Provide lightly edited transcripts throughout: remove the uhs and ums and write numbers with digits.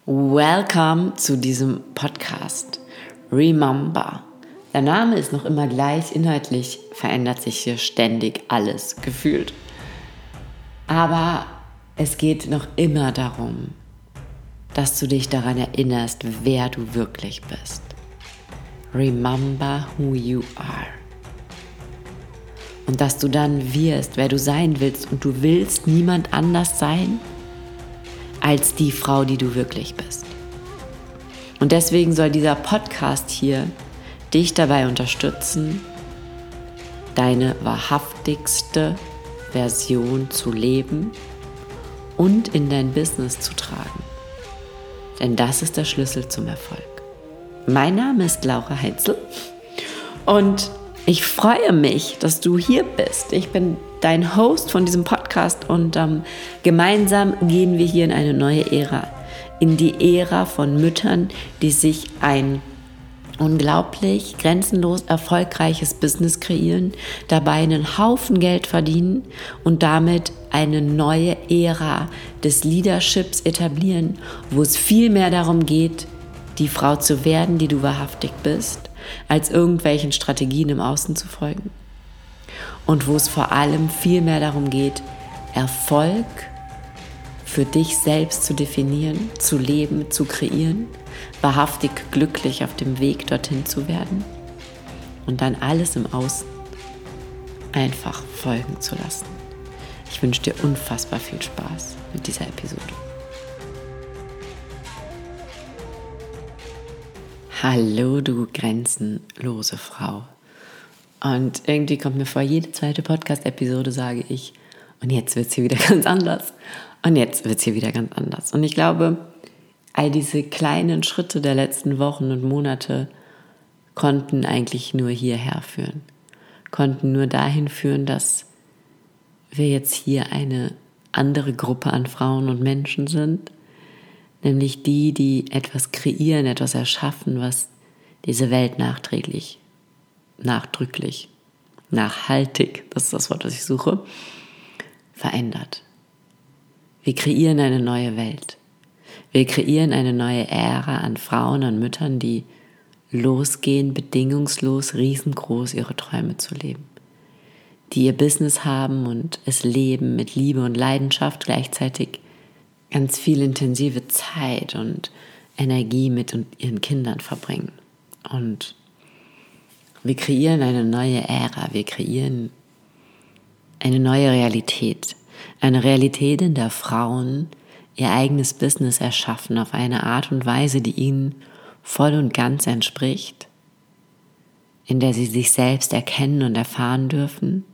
Welcome zu diesem Podcast. Remember. Der Name ist noch immer gleich, inhaltlich verändert sich hier ständig alles, gefühlt. Aber es geht noch immer darum, dass du dich daran erinnerst, wer du wirklich bist. Remember who you are. Und dass du dann wirst, wer du sein willst, und du willst niemand anders sein als die Frau, die du wirklich bist. Und deswegen soll dieser Podcast hier dich dabei unterstützen, deine wahrhaftigste Version zu leben und in dein Business zu tragen. Denn das ist der Schlüssel zum Erfolg. Mein Name ist Laura Heinzel und ich freue mich, dass du hier bist. Ich bin dein Host von diesem Podcast und gemeinsam gehen wir hier in eine neue Ära. In die Ära von Müttern, die sich ein unglaublich grenzenlos erfolgreiches Business kreieren, dabei einen Haufen Geld verdienen und damit eine neue Ära des Leaderships etablieren, wo es viel mehr darum geht, die Frau zu werden, die du wahrhaftig bist, als irgendwelchen Strategien im Außen zu folgen. Und wo es vor allem viel mehr darum geht, Erfolg für dich selbst zu definieren, zu leben, zu kreieren, wahrhaftig glücklich auf dem Weg dorthin zu werden und dann alles im Außen einfach folgen zu lassen. Ich wünsche dir unfassbar viel Spaß mit dieser Episode. Hallo, du grenzenlose Frau. Und irgendwie kommt mir vor, jede zweite Podcast-Episode sage ich, und jetzt wird es hier wieder ganz anders. Und jetzt wird es hier wieder ganz anders. Und ich glaube, all diese kleinen Schritte der letzten Wochen und Monate konnten eigentlich nur hierher führen. Konnten nur dahin führen, dass wir jetzt hier eine andere Gruppe an Frauen und Menschen sind. Nämlich die etwas kreieren, etwas erschaffen, was diese Welt nachdrücklich, nachhaltig, das ist das Wort, was ich suche, verändert. Wir kreieren eine neue Welt. Wir kreieren eine neue Ära an Frauen, an Müttern, die losgehen, bedingungslos, riesengroß ihre Träume zu leben. Die ihr Business haben und es leben mit Liebe und Leidenschaft, gleichzeitig ganz viel intensive Zeit und Energie mit ihren Kindern verbringen. Und wir kreieren eine neue Ära, wir kreieren eine neue Realität. Eine Realität, in der Frauen ihr eigenes Business erschaffen auf eine Art und Weise, die ihnen voll und ganz entspricht, in der sie sich selbst erkennen und erfahren dürfen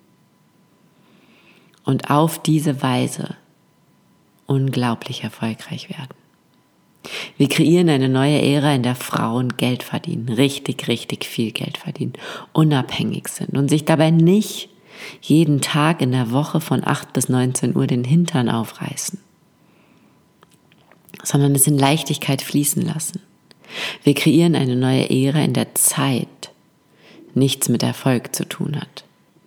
und auf diese Weise unglaublich erfolgreich werden. Wir kreieren eine neue Ära, in der Frauen Geld verdienen, richtig, richtig viel Geld verdienen, unabhängig sind und sich dabei nicht jeden Tag in der Woche von 8 bis 19 Uhr den Hintern aufreißen, sondern es in Leichtigkeit fließen lassen. Wir kreieren eine neue Ära, in der Zeit nichts mit Erfolg zu tun hat.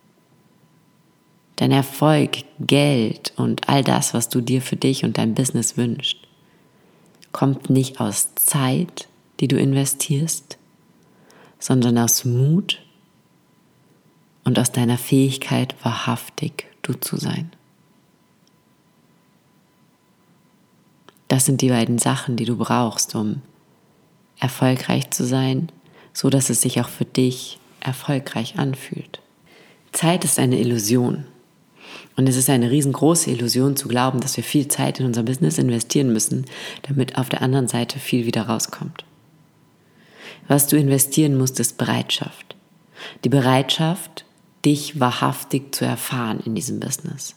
Denn Erfolg, Geld und all das, was du dir für dich und dein Business wünschst, kommt nicht aus Zeit, die du investierst, sondern aus Mut und aus deiner Fähigkeit, wahrhaftig du zu sein. Das sind die beiden Sachen, die du brauchst, um erfolgreich zu sein, so dass es sich auch für dich erfolgreich anfühlt. Zeit ist eine Illusion. Und es ist eine riesengroße Illusion zu glauben, dass wir viel Zeit in unser Business investieren müssen, damit auf der anderen Seite viel wieder rauskommt. Was du investieren musst, ist Bereitschaft. Die Bereitschaft, dich wahrhaftig zu erfahren in diesem Business.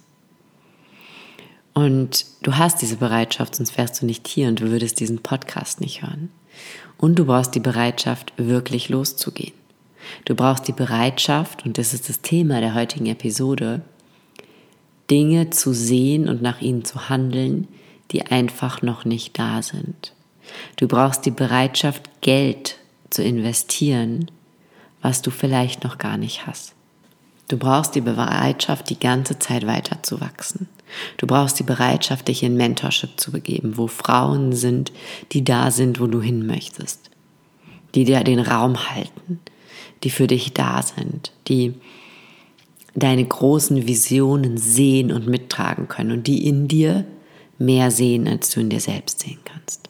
Und du hast diese Bereitschaft, sonst wärst du nicht hier und du würdest diesen Podcast nicht hören. Und du brauchst die Bereitschaft, wirklich loszugehen. Du brauchst die Bereitschaft, und das ist das Thema der heutigen Episode, Dinge zu sehen und nach ihnen zu handeln, die einfach noch nicht da sind. Du brauchst die Bereitschaft, Geld zu investieren, was du vielleicht noch gar nicht hast. Du brauchst die Bereitschaft, die ganze Zeit weiter zu wachsen. Du brauchst die Bereitschaft, dich in Mentorship zu begeben, wo Frauen sind, die da sind, wo du hin möchtest. Die dir den Raum halten, die für dich da sind, die deine großen Visionen sehen und mittragen können und die in dir mehr sehen, als du in dir selbst sehen kannst.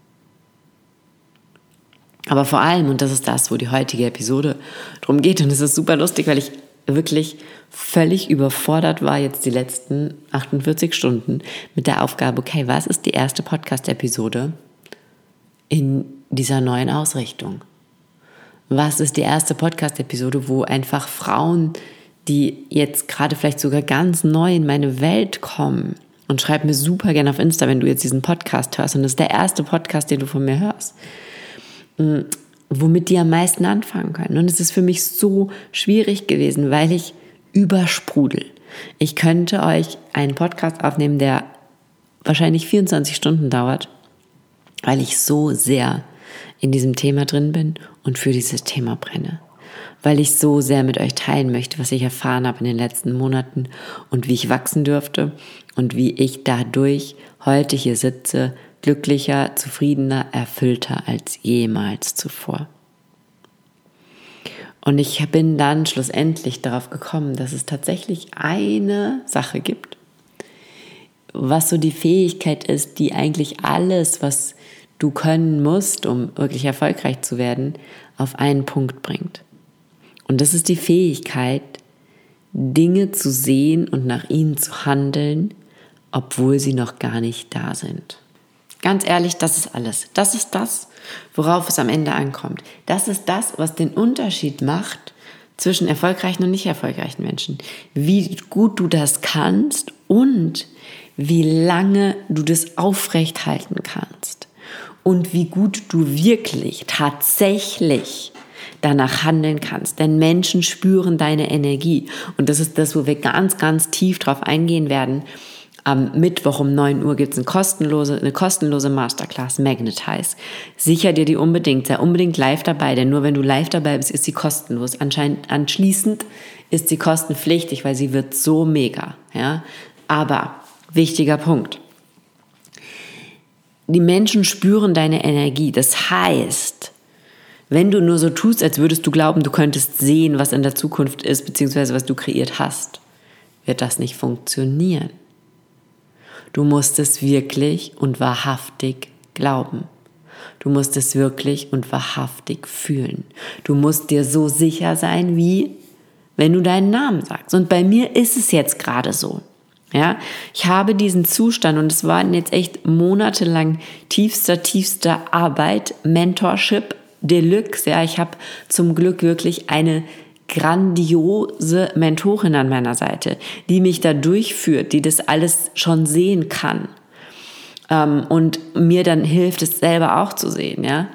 Aber vor allem, und das ist das, wo die heutige Episode drum geht, und es ist super lustig, weil ich wirklich völlig überfordert war jetzt die letzten 48 Stunden mit der Aufgabe, okay, was ist die erste Podcast-Episode in dieser neuen Ausrichtung? Was ist die erste Podcast-Episode, wo einfach Frauen, die jetzt gerade vielleicht sogar ganz neu in meine Welt kommen, und schreib mir super gerne auf Insta, wenn du jetzt diesen Podcast hörst, und das ist der erste Podcast, den du von mir hörst, womit die am meisten anfangen können. Und es ist für mich so schwierig gewesen, weil ich übersprudel. Ich könnte euch einen Podcast aufnehmen, der wahrscheinlich 24 Stunden dauert, weil ich so sehr in diesem Thema drin bin und für dieses Thema brenne. Weil ich so sehr mit euch teilen möchte, was ich erfahren habe in den letzten Monaten und wie ich wachsen durfte und wie ich dadurch heute hier sitze, glücklicher, zufriedener, erfüllter als jemals zuvor. Und ich bin dann schlussendlich darauf gekommen, dass es tatsächlich eine Sache gibt, was so die Fähigkeit ist, die eigentlich alles, was du können musst, um wirklich erfolgreich zu werden, auf einen Punkt bringt. Und das ist die Fähigkeit, Dinge zu sehen und nach ihnen zu handeln, obwohl sie noch gar nicht da sind. Ganz ehrlich, das ist alles. Das ist das, worauf es am Ende ankommt. Das ist das, was den Unterschied macht zwischen erfolgreichen und nicht erfolgreichen Menschen. Wie gut du das kannst und wie lange du das aufrecht halten kannst. Und wie gut du wirklich, tatsächlich danach handeln kannst. Denn Menschen spüren deine Energie. Und das ist das, wo wir ganz, ganz tief drauf eingehen werden. Am Mittwoch um 9 Uhr gibt es eine kostenlose Masterclass, Magnetize. Sicher dir die unbedingt, sei unbedingt live dabei, denn nur wenn du live dabei bist, ist sie kostenlos. Anschließend ist sie kostenpflichtig, weil sie wird so mega. Ja? Aber, wichtiger Punkt, die Menschen spüren deine Energie. Das heißt, wenn du nur so tust, als würdest du glauben, du könntest sehen, was in der Zukunft ist, beziehungsweise was du kreiert hast, wird das nicht funktionieren. Du musst es wirklich und wahrhaftig glauben. Du musst es wirklich und wahrhaftig fühlen. Du musst dir so sicher sein, wie wenn du deinen Namen sagst. Und bei mir ist es jetzt gerade so. Ja, ich habe diesen Zustand und es waren jetzt echt monatelang tiefster Arbeit, Mentorship Deluxe. Ja, ich habe zum Glück wirklich eine grandiose Mentorin an meiner Seite, die mich da durchführt, die das alles schon sehen kann und mir dann hilft, es selber auch zu sehen. Ja,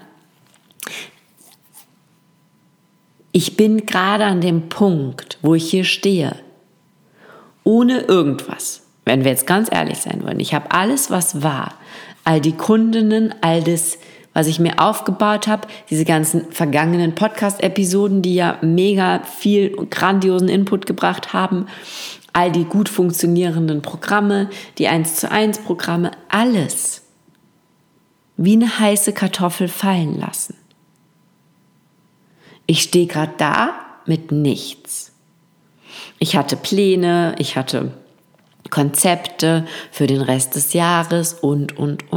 ich bin gerade an dem Punkt, wo ich hier stehe, ohne irgendwas, wenn wir jetzt ganz ehrlich sein wollen. Ich habe alles, was war, all die Kundinnen, all das, was ich mir aufgebaut habe, diese ganzen vergangenen Podcast-Episoden, die ja mega viel grandiosen Input gebracht haben, all die gut funktionierenden Programme, die 1:1 Programme, alles wie eine heiße Kartoffel fallen lassen. Ich stehe gerade da mit nichts. Ich hatte Pläne, ich hatte Konzepte für den Rest des Jahres und.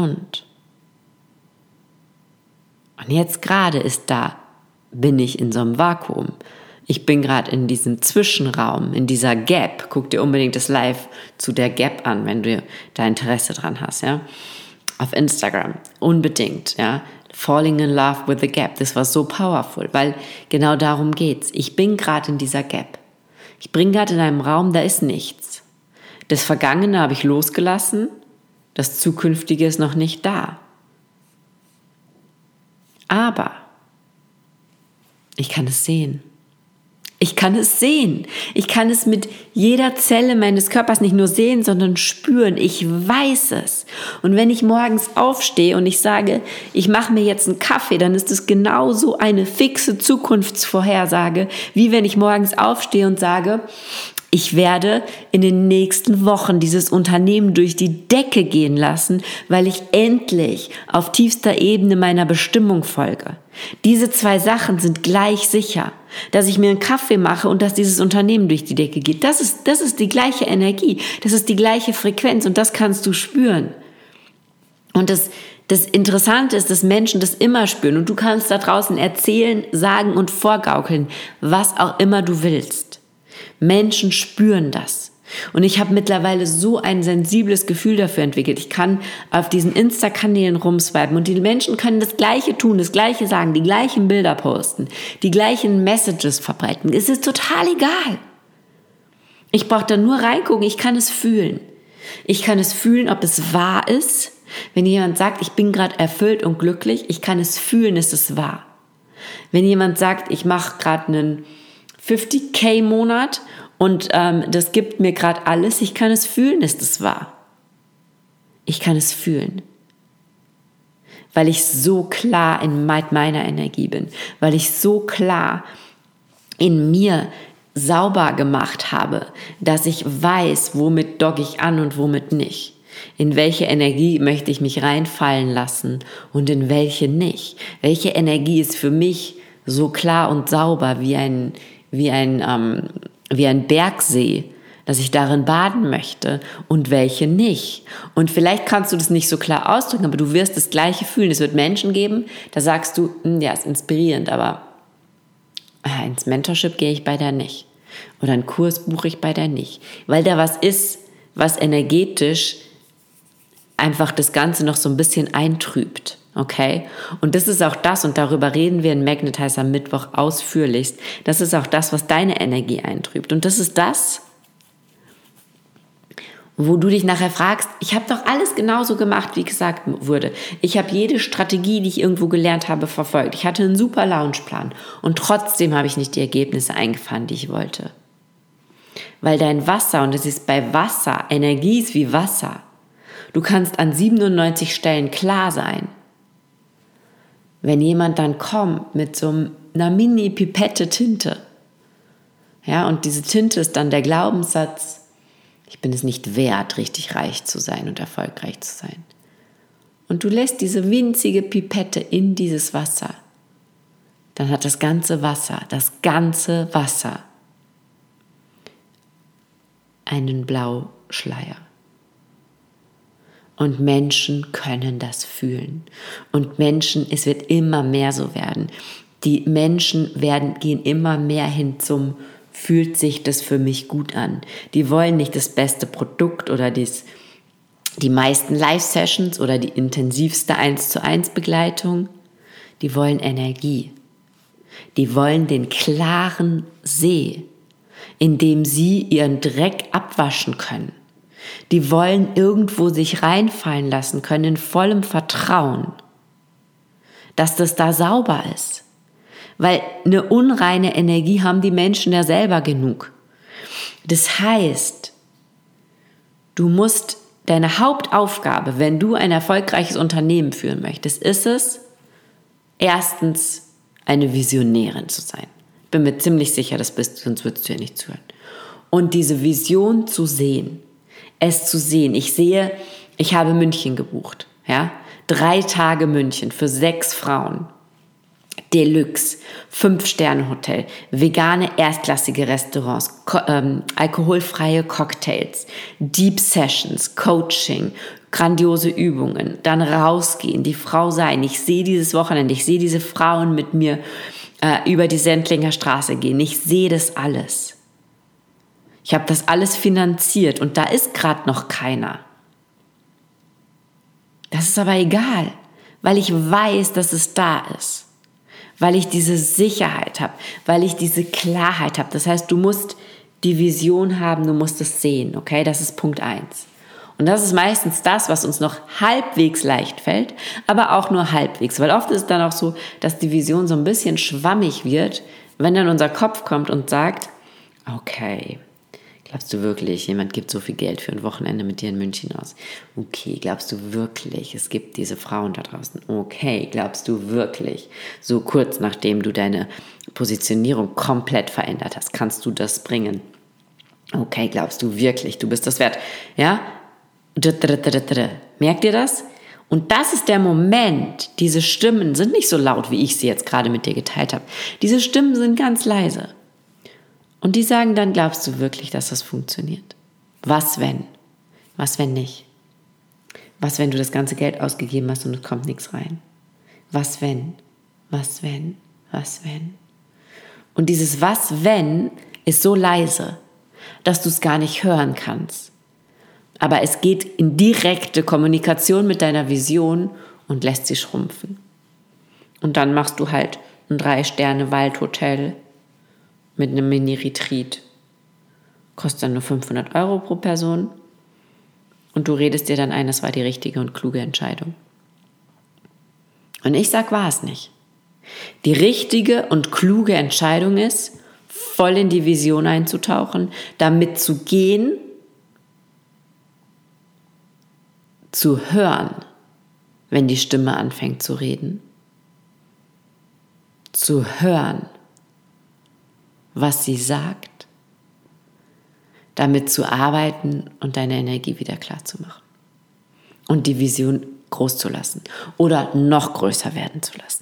Und jetzt gerade bin ich in so einem Vakuum. Ich bin gerade in diesem Zwischenraum, in dieser Gap. Guck dir unbedingt das Live zu der Gap an, wenn du da Interesse dran hast, ja. Auf Instagram. Unbedingt, ja. Falling in love with the gap. Das war so powerful, weil genau darum geht's. Ich bin gerade in dieser Gap. Ich bin gerade in einem Raum, da ist nichts. Das Vergangene habe ich losgelassen. Das Zukünftige ist noch nicht da. Aber ich kann es sehen. Ich kann es sehen. Ich kann es mit jeder Zelle meines Körpers nicht nur sehen, sondern spüren. Ich weiß es. Und wenn ich morgens aufstehe und ich sage, ich mache mir jetzt einen Kaffee, dann ist es genauso eine fixe Zukunftsvorhersage, wie wenn ich morgens aufstehe und sage, ich werde in den nächsten Wochen dieses Unternehmen durch die Decke gehen lassen, weil ich endlich auf tiefster Ebene meiner Bestimmung folge. Diese 2 Sachen sind gleich sicher. Dass ich mir einen Kaffee mache und dass dieses Unternehmen durch die Decke geht. Das ist die gleiche Energie. Das ist die gleiche Frequenz und das kannst du spüren. Und das Interessante ist, dass Menschen das immer spüren und du kannst da draußen erzählen, sagen und vorgaukeln, was auch immer du willst. Menschen spüren das. Und ich habe mittlerweile so ein sensibles Gefühl dafür entwickelt. Ich kann auf diesen Insta-Kanälen rumswipen und die Menschen können das Gleiche tun, das Gleiche sagen, die gleichen Bilder posten, die gleichen Messages verbreiten. Es ist total egal. Ich brauche da nur reingucken, ich kann es fühlen. Ich kann es fühlen, ob es wahr ist. Wenn jemand sagt, ich bin gerade erfüllt und glücklich, ich kann es fühlen, ist es wahr. Wenn jemand sagt, ich mache gerade einen 50.000-Monat und das gibt mir gerade alles, ich kann es fühlen, ist es wahr. Ich kann es fühlen. Weil ich so klar in meiner Energie bin. Weil ich so klar in mir sauber gemacht habe, dass ich weiß, womit docke ich an und womit nicht. In welche Energie möchte ich mich reinfallen lassen und in welche nicht. Welche Energie ist für mich so klar und sauber wie ein Bergsee, dass ich darin baden möchte und welche nicht. Und vielleicht kannst du das nicht so klar ausdrücken, aber du wirst das Gleiche fühlen. Es wird Menschen geben, da sagst du, ja, ist inspirierend, aber ins Mentorship gehe ich bei der nicht. Oder einen Kurs buche ich bei der nicht. Weil da was ist, was energetisch einfach das Ganze noch so ein bisschen eintrübt. Okay? Und das ist auch das, und darüber reden wir in Magnetize am Mittwoch ausführlichst, das ist auch das, was deine Energie eintrübt. Und das ist das, wo du dich nachher fragst, ich habe doch alles genauso gemacht, wie gesagt wurde. Ich habe jede Strategie, die ich irgendwo gelernt habe, verfolgt. Ich hatte einen super Launchplan und trotzdem habe ich nicht die Ergebnisse eingefahren, die ich wollte. Weil dein Wasser, und das ist bei Wasser, Energie ist wie Wasser. Du kannst an 97 Stellen klar sein. Wenn jemand dann kommt mit so einer Mini-Pipette Tinte, ja, und diese Tinte ist dann der Glaubenssatz, ich bin es nicht wert, richtig reich zu sein und erfolgreich zu sein. Und du lässt diese winzige Pipette in dieses Wasser, dann hat das ganze Wasser einen Blauschleier. Und Menschen können das fühlen. Und Menschen, es wird immer mehr so werden. Die Menschen gehen immer mehr hin zum, fühlt sich das für mich gut an. Die wollen nicht das beste Produkt oder die meisten Live-Sessions oder die intensivste 1:1 Begleitung. Die wollen Energie. Die wollen den klaren See, in dem sie ihren Dreck abwaschen können. Die wollen irgendwo sich reinfallen lassen können in vollem Vertrauen, dass das da sauber ist. Weil eine unreine Energie haben die Menschen ja selber genug. Das heißt, du musst deine Hauptaufgabe, wenn du ein erfolgreiches Unternehmen führen möchtest, ist es, erstens eine Visionärin zu sein. Ich bin mir ziemlich sicher, das bist du, sonst würdest du ja nicht zuhören. Und diese Vision zu sehen. Es zu sehen. Ich habe München gebucht. Ja? 3 Tage München für 6 Frauen. Deluxe, 5-Sterne-Hotel, vegane erstklassige Restaurants, alkoholfreie Cocktails, Deep Sessions, Coaching, grandiose Übungen, dann rausgehen, die Frau sein. Ich sehe dieses Wochenende, ich sehe diese Frauen mit mir über die Sendlinger Straße gehen. Ich sehe das alles. Ich habe das alles finanziert und da ist gerade noch keiner. Das ist aber egal, weil ich weiß, dass es da ist. Weil ich diese Sicherheit habe, weil ich diese Klarheit habe. Das heißt, du musst die Vision haben, du musst es sehen, okay? Das ist Punkt 1. Und das ist meistens das, was uns noch halbwegs leicht fällt, aber auch nur halbwegs. Weil oft ist es dann auch so, dass die Vision so ein bisschen schwammig wird, Wenn dann unser Kopf kommt und sagt, okay, glaubst du wirklich, jemand gibt so viel Geld für ein Wochenende mit dir in München aus? Okay, glaubst du wirklich, es gibt diese Frauen da draußen? Okay, glaubst du wirklich, so kurz nachdem du deine Positionierung komplett verändert hast, kannst du das bringen? Okay, glaubst du wirklich, du bist das wert? Ja? Merkt ihr das? Und das ist der Moment, diese Stimmen sind nicht so laut, wie ich sie jetzt gerade mit dir geteilt habe. Diese Stimmen sind ganz leise. Und die sagen dann, glaubst du wirklich, dass das funktioniert? Was wenn? Was wenn nicht? Was wenn du das ganze Geld ausgegeben hast und es kommt nichts rein? Was wenn? Was wenn? Was wenn? Und dieses Was wenn ist so leise, dass du es gar nicht hören kannst. Aber es geht in direkte Kommunikation mit deiner Vision und lässt sie schrumpfen. Und dann machst du halt ein 3-Sterne-Waldhotel mit einem Mini-Retreat. Kostet dann nur 500 € pro Person. Und du redest dir dann ein, das war die richtige und kluge Entscheidung. Und ich sag, war es nicht. Die richtige und kluge Entscheidung ist, voll in die Vision einzutauchen, damit zu gehen, zu hören, wenn die Stimme anfängt zu reden, zu hören, was sie sagt, damit zu arbeiten und deine Energie wieder klar zu machen und die Vision groß zu lassen oder noch größer werden zu lassen.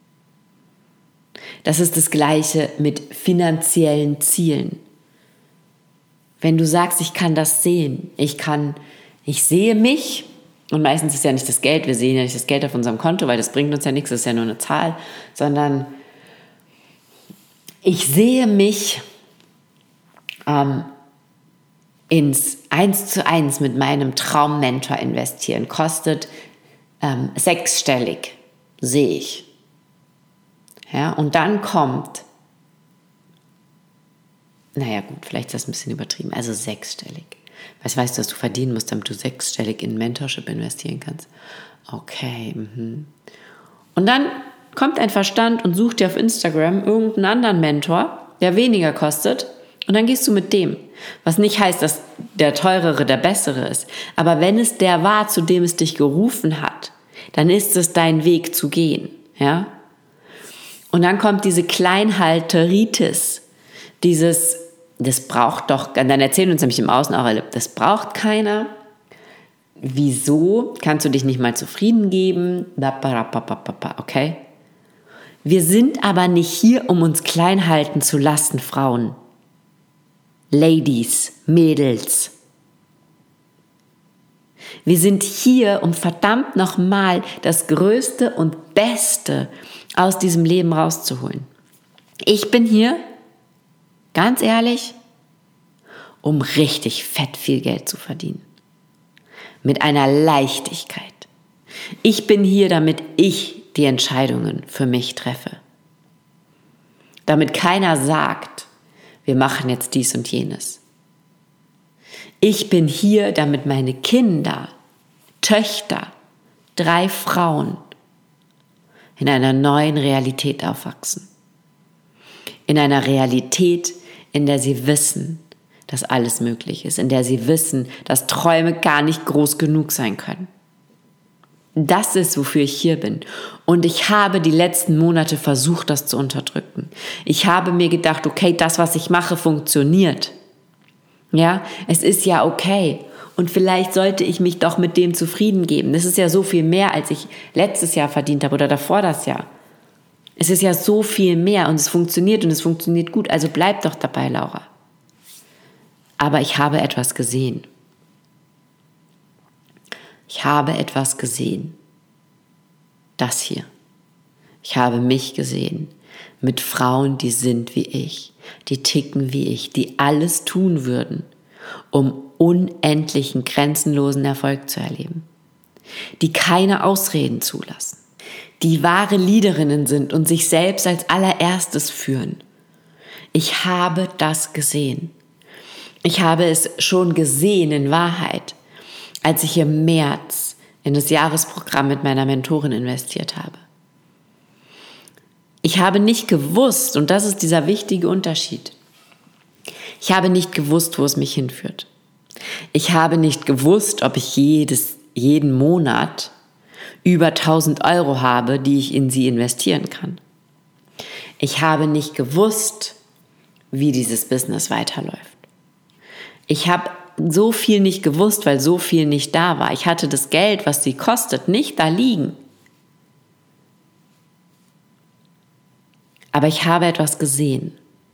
Das ist das Gleiche mit finanziellen Zielen. Wenn du sagst, ich kann das sehen, ich sehe mich, und meistens ist ja nicht das Geld, wir sehen ja nicht das Geld auf unserem Konto, weil das bringt uns ja nichts, das ist ja nur eine Zahl, sondern ich sehe mich ins 1:1 mit meinem Traummentor investieren. Kostet 6-stellig, sehe ich. Ja, und dann kommt, naja gut, vielleicht ist das ein bisschen übertrieben, also 6-stellig. Weißt du, was du verdienen musst, damit du 6-stellig in Mentorship investieren kannst? Okay. Und dann kommt ein Verstand und sucht dir auf Instagram irgendeinen anderen Mentor, der weniger kostet, und dann gehst du mit dem. Was nicht heißt, dass der teurere der bessere ist. Aber wenn es der war, zu dem es dich gerufen hat, dann ist es dein Weg zu gehen. Ja? Und dann kommt diese Kleinhalteritis, das braucht doch, dann erzählen uns nämlich im Außen auch alle, das braucht keiner. Wieso? Kannst du dich nicht mal zufrieden geben? Okay? Wir sind aber nicht hier, um uns klein halten zu lassen, Frauen. Ladies, Mädels. Wir sind hier, um verdammt nochmal das Größte und Beste aus diesem Leben rauszuholen. Ich bin hier, ganz ehrlich, um richtig fett viel Geld zu verdienen. Mit einer Leichtigkeit. Ich bin hier, damit ich die Entscheidungen für mich treffe. Damit keiner sagt, wir machen jetzt dies und jenes. Ich bin hier, damit meine Kinder, Töchter, 3 Frauen in einer neuen Realität aufwachsen. In einer Realität, in der sie wissen, dass alles möglich ist, in der sie wissen, dass Träume gar nicht groß genug sein können. Das ist, wofür ich hier bin. Und ich habe die letzten Monate versucht, das zu unterdrücken. Ich habe mir gedacht, okay, das, was ich mache, funktioniert. Ja, es ist ja okay. Und vielleicht sollte ich mich doch mit dem zufrieden geben. Das ist ja so viel mehr, als ich letztes Jahr verdient habe oder davor das Jahr. Es ist ja so viel mehr und es funktioniert gut. Also bleib doch dabei, Laura. Aber ich habe etwas gesehen. Ich habe etwas gesehen. Das hier. Ich habe mich gesehen mit Frauen, die sind wie ich, die ticken wie ich, die alles tun würden, um unendlichen, grenzenlosen Erfolg zu erleben. Die keine Ausreden zulassen. Die wahre Leaderinnen sind und sich selbst als allererstes führen. Ich habe das gesehen. Ich habe es schon gesehen in Wahrheit, als ich im März in das Jahresprogramm mit meiner Mentorin investiert habe. Ich habe nicht gewusst, und das ist dieser wichtige Unterschied, ich habe nicht gewusst, wo es mich hinführt. Ich habe nicht gewusst, ob ich jeden Monat über 1.000 Euro habe, die ich in sie investieren kann. Ich habe nicht gewusst, wie dieses Business weiterläuft. Ich habe so viel nicht gewusst, weil so viel nicht da war. Ich hatte das Geld, was sie kostet, nicht da liegen. Aber ich habe etwas gesehen.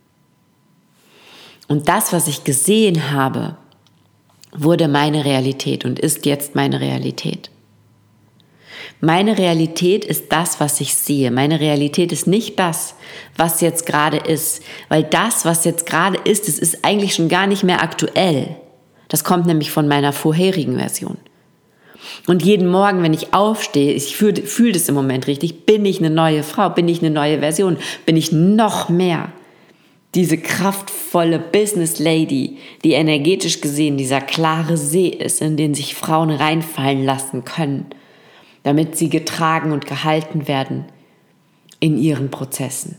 Und das, was ich gesehen habe, wurde meine Realität und ist jetzt meine Realität. Meine Realität ist das, was ich sehe. Meine Realität ist nicht das, was jetzt gerade ist. Weil das, was jetzt gerade ist, das ist eigentlich schon gar nicht mehr aktuell. Das kommt nämlich von meiner vorherigen Version. Und jeden Morgen, wenn ich aufstehe, ich fühle das im Moment richtig, bin ich eine neue Frau, bin ich eine neue Version, bin ich noch mehr diese kraftvolle Business Lady, die energetisch gesehen dieser klare See ist, in den sich Frauen reinfallen lassen können, damit sie getragen und gehalten werden in ihren Prozessen.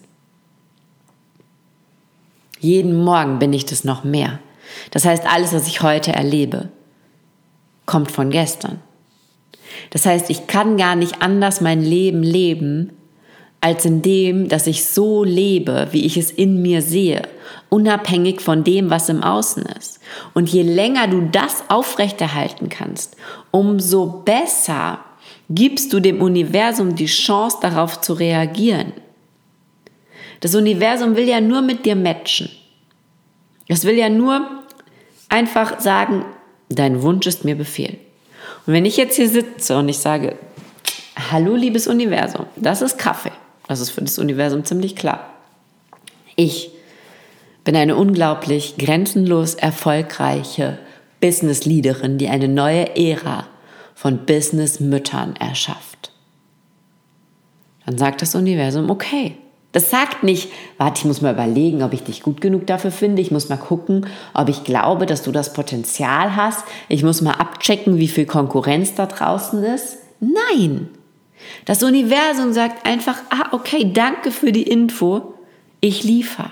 Jeden Morgen bin ich das noch mehr. Das heißt, alles, was ich heute erlebe, kommt von gestern. Das heißt, ich kann gar nicht anders mein Leben leben, als indem, dass ich so lebe, wie ich es in mir sehe, unabhängig von dem, was im Außen ist. Und je länger du das aufrechterhalten kannst, umso besser gibst du dem Universum die Chance, darauf zu reagieren. Das Universum will ja nur mit dir matchen. Es will ja nur einfach sagen, dein Wunsch ist mir Befehl. Und wenn ich jetzt hier sitze und ich sage, hallo liebes Universum, das ist Kaffee. Das ist für das Universum ziemlich klar. Ich bin eine unglaublich grenzenlos erfolgreiche Business-Leaderin, die eine neue Ära von Business-Müttern erschafft. Dann sagt das Universum, okay. Das sagt nicht, warte, ich muss mal überlegen, ob ich dich gut genug dafür finde. Ich muss mal gucken, ob ich glaube, dass du das Potenzial hast. Ich muss mal abchecken, wie viel Konkurrenz da draußen ist. Nein. Das Universum sagt einfach, okay, danke für die Info, ich liefere.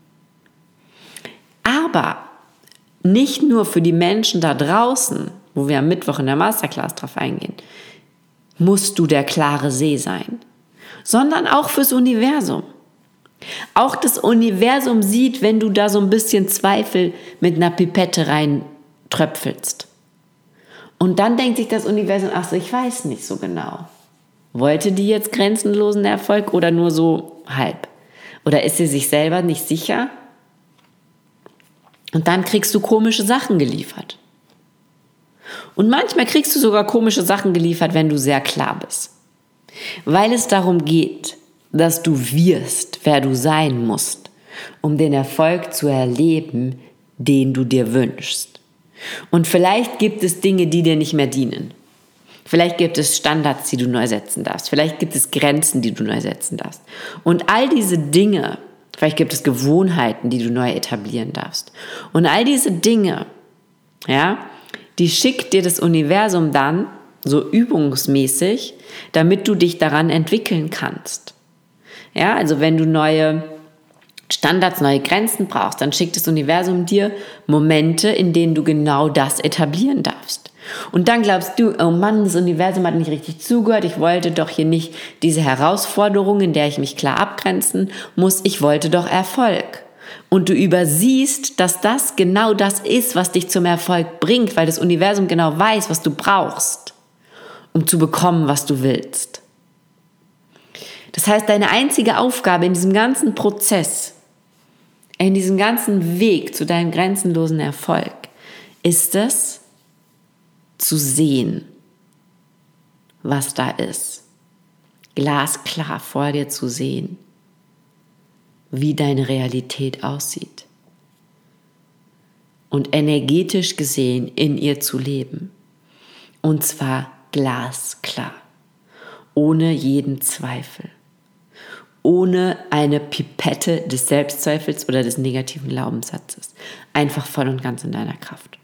Aber nicht nur für die Menschen da draußen, wo wir am Mittwoch in der Masterclass drauf eingehen, musst du der klare See sein, sondern auch fürs Universum. Auch das Universum sieht, wenn du da so ein bisschen Zweifel mit einer Pipette rein tröpfelst. Und dann denkt sich das Universum, ich weiß nicht so genau. Wollte die jetzt grenzenlosen Erfolg oder nur so halb? Oder ist sie sich selber nicht sicher? Und dann kriegst du komische Sachen geliefert. Und manchmal kriegst du sogar komische Sachen geliefert, wenn du sehr klar bist. Weil es darum geht, dass du wirst, wer du sein musst, um den Erfolg zu erleben, den du dir wünschst. Und vielleicht gibt es Dinge, die dir nicht mehr dienen. Vielleicht gibt es Standards, die du neu setzen darfst. Vielleicht gibt es Grenzen, die du neu setzen darfst. Und all diese Dinge, vielleicht gibt es Gewohnheiten, die du neu etablieren darfst. Und all diese Dinge, die schickt dir das Universum dann so übungsmäßig, damit du dich daran entwickeln kannst. Ja, also wenn du neue Standards, neue Grenzen brauchst, dann schickt das Universum dir Momente, in denen du genau das etablieren darfst. Und dann glaubst du, oh Mann, das Universum hat nicht richtig zugehört, ich wollte doch hier nicht diese Herausforderung, in der ich mich klar abgrenzen muss, ich wollte doch Erfolg. Und du übersiehst, dass das genau das ist, was dich zum Erfolg bringt, weil das Universum genau weiß, was du brauchst, um zu bekommen, was du willst. Das heißt, deine einzige Aufgabe in diesem ganzen Prozess, in diesem ganzen Weg zu deinem grenzenlosen Erfolg, ist es, zu sehen, was da ist. Glasklar vor dir zu sehen, wie deine Realität aussieht. Und energetisch gesehen in ihr zu leben. Und zwar glasklar. Ohne jeden Zweifel. Ohne eine Pipette des Selbstzweifels oder des negativen Glaubenssatzes. Einfach voll und ganz in deiner Kraft.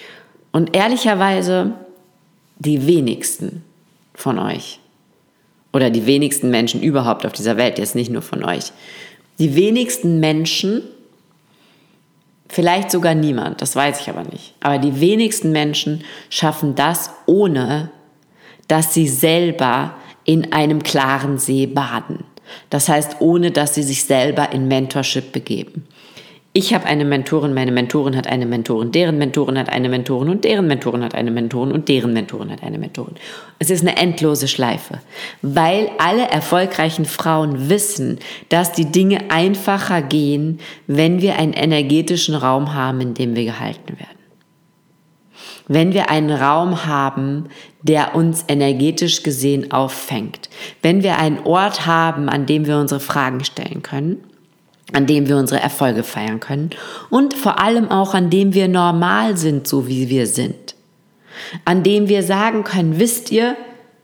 Und ehrlicherweise, die wenigsten von euch oder die wenigsten Menschen überhaupt auf dieser Welt, jetzt nicht nur von euch, die wenigsten Menschen, vielleicht sogar niemand, das weiß ich aber nicht, aber die wenigsten Menschen schaffen das, ohne dass sie selber in einem klaren See baden. Das heißt, ohne dass sie sich selber in Mentorship begeben. Ich habe eine Mentorin, meine Mentorin hat eine Mentorin, deren Mentorin hat eine Mentorin und deren Mentorin hat eine Mentorin und deren Mentorin hat eine Mentorin. Es ist eine endlose Schleife, weil alle erfolgreichen Frauen wissen, dass die Dinge einfacher gehen, wenn wir einen energetischen Raum haben, in dem wir gehalten werden. Wenn wir einen Raum haben, der uns energetisch gesehen auffängt. Wenn wir einen Ort haben, an dem wir unsere Fragen stellen können, an dem wir unsere Erfolge feiern können und vor allem auch, an dem wir normal sind, so wie wir sind. An dem wir sagen können, wisst ihr,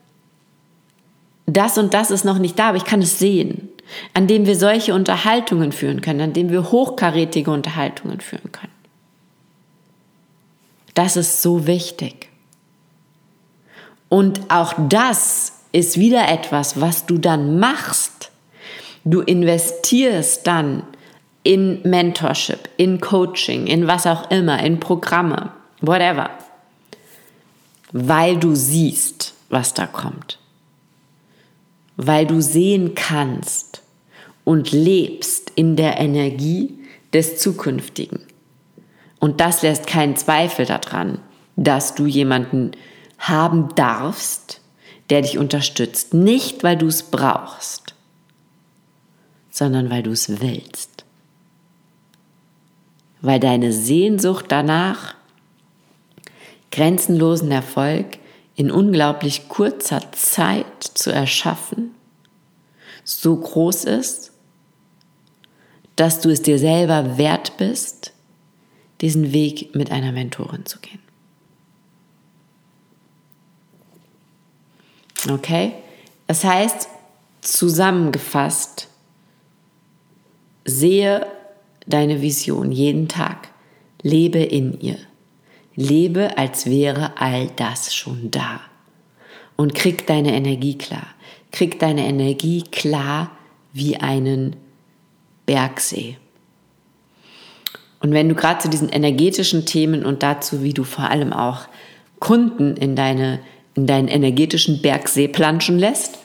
das und das ist noch nicht da, aber ich kann es sehen. An dem wir solche Unterhaltungen führen können, an dem wir hochkarätige Unterhaltungen führen können. Das ist so wichtig. Und auch das ist wieder etwas, was du dann machst. Du investierst dann in Mentorship, in Coaching, in was auch immer, in Programme, whatever. Weil du siehst, was da kommt. Weil du sehen kannst und lebst in der Energie des Zukünftigen. Und das lässt keinen Zweifel daran, dass du jemanden haben darfst, der dich unterstützt. Nicht, weil du es brauchst, sondern weil du es willst. Weil deine Sehnsucht danach, grenzenlosen Erfolg in unglaublich kurzer Zeit zu erschaffen, so groß ist, dass du es dir selber wert bist, diesen Weg mit einer Mentorin zu gehen. Okay? Das heißt, zusammengefasst, sehe deine Vision jeden Tag. Lebe in ihr. Lebe, als wäre all das schon da. Und krieg deine Energie klar. Krieg deine Energie klar wie einen Bergsee. Und wenn du gerade zu diesen energetischen Themen und dazu, wie du vor allem auch Kunden in deinen energetischen Bergsee planschen lässt,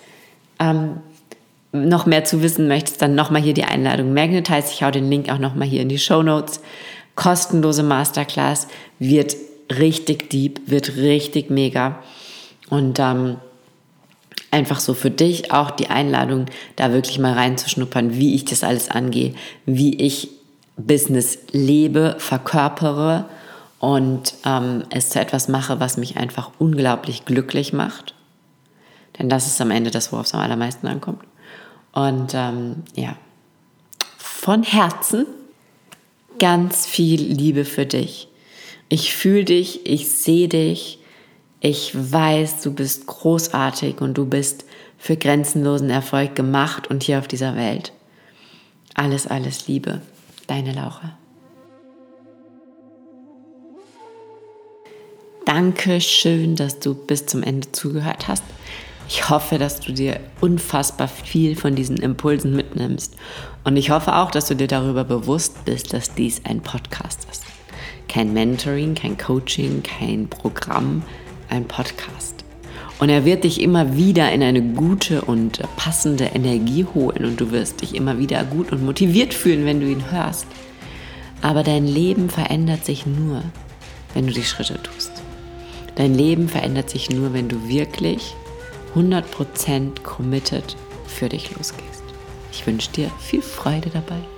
noch mehr zu wissen möchtest, dann nochmal hier die Einladung Magnetize. Ich hau den Link auch nochmal hier in die Shownotes. Kostenlose Masterclass, wird richtig deep, wird richtig mega. Und einfach so für dich auch die Einladung, da wirklich mal reinzuschnuppern, wie ich das alles angehe, wie ich Business lebe, verkörpere und es zu etwas mache, was mich einfach unglaublich glücklich macht. Denn das ist am Ende das, worauf es am allermeisten ankommt. Und von Herzen ganz viel Liebe für dich. Ich fühle dich, ich sehe dich, ich weiß, du bist großartig und du bist für grenzenlosen Erfolg gemacht und hier auf dieser Welt. Alles, alles Liebe. Deine Laura. Danke schön, dass du bis zum Ende zugehört hast. Ich hoffe, dass du dir unfassbar viel von diesen Impulsen mitnimmst. Und ich hoffe auch, dass du dir darüber bewusst bist, dass dies ein Podcast ist. Kein Mentoring, kein Coaching, kein Programm, ein Podcast. Und er wird dich immer wieder in eine gute und passende Energie holen und du wirst dich immer wieder gut und motiviert fühlen, wenn du ihn hörst. Aber dein Leben verändert sich nur, wenn du die Schritte tust. Dein Leben verändert sich nur, wenn du wirklich 100% committed für dich losgehst. Ich wünsche dir viel Freude dabei.